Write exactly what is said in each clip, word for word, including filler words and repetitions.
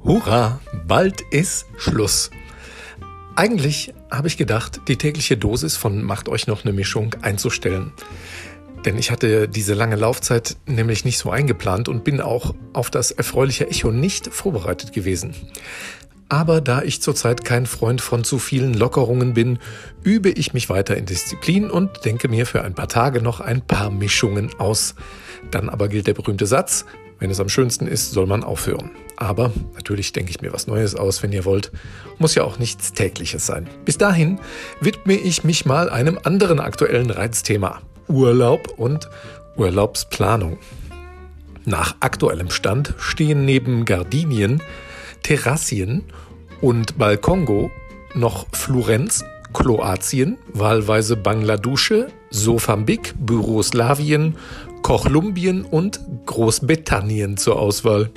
Hurra, bald ist Schluss. Eigentlich habe ich gedacht, die tägliche Dosis von Macht euch noch eine Mischung einzustellen. Denn ich hatte diese lange Laufzeit nämlich nicht so eingeplant und bin auch auf das erfreuliche Echo nicht vorbereitet gewesen. Aber da ich zurzeit kein Freund von zu vielen Lockerungen bin, übe ich mich weiter in Disziplin und denke mir für ein paar Tage noch ein paar Mischungen aus. Dann aber gilt der berühmte Satz: Wenn es am schönsten ist, soll man aufhören. Aber natürlich denke ich mir was Neues aus, wenn ihr wollt. Muss ja auch nichts Tägliches sein. Bis dahin widme ich mich mal einem anderen aktuellen Reizthema: Urlaub und Urlaubsplanung. Nach aktuellem Stand stehen neben Gardinien, Terrassien und Balkongo noch Florenz, Kroatien, wahlweise Bangladusche, Sofambik, Jugoslawien, Kolumbien und Großbritannien zur Auswahl.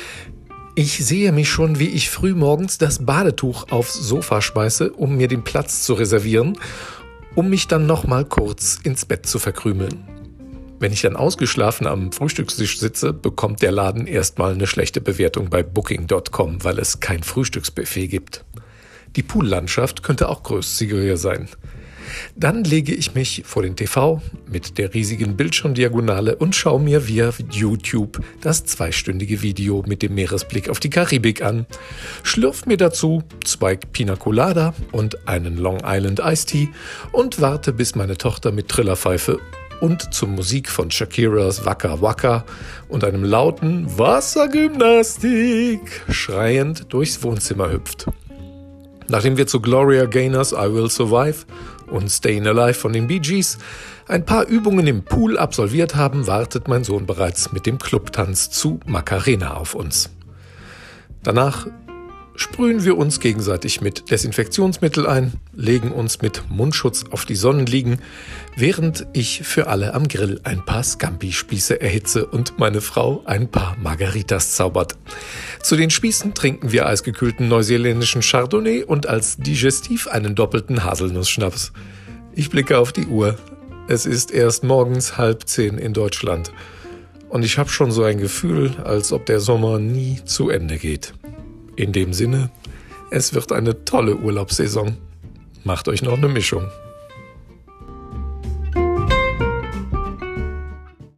Ich sehe mich schon, wie ich frühmorgens das Badetuch aufs Sofa schmeiße, um mir den Platz zu reservieren, um mich dann noch mal kurz ins Bett zu verkrümeln. Wenn ich dann ausgeschlafen am Frühstückstisch sitze, bekommt der Laden erstmal eine schlechte Bewertung bei Booking Punkt com, weil es kein Frühstücksbuffet gibt. Die Poollandschaft könnte auch großzügiger sein. Dann lege ich mich vor den T V mit der riesigen Bildschirmdiagonale und schaue mir via YouTube das zweistündige Video mit dem Meeresblick auf die Karibik an, schlürfe mir dazu zwei Pina Colada und einen Long Island Iced Tea und warte, bis meine Tochter mit Trillerpfeife und zur Musik von Shakiras Waka Waka und einem lauten Wassergymnastik schreiend durchs Wohnzimmer hüpft. Nachdem wir zu Gloria Gaynors I Will Survive und Stayin' Alive von den Bee Gees ein paar Übungen im Pool absolviert haben, wartet mein Sohn bereits mit dem Clubtanz zu Macarena auf uns. Danach sprühen wir uns gegenseitig mit Desinfektionsmittel ein, legen uns mit Mundschutz auf die Sonnenliegen, während ich für alle am Grill ein paar Scampi-Spieße erhitze und meine Frau ein paar Margaritas zaubert. Zu den Spießen trinken wir eisgekühlten neuseeländischen Chardonnay und als Digestiv einen doppelten Haselnussschnaps. Ich blicke auf die Uhr. Es ist erst morgens halb zehn in Deutschland. Und ich habe schon so ein Gefühl, als ob der Sommer nie zu Ende geht. In dem Sinne, es wird eine tolle Urlaubssaison. Macht euch noch eine Mischung.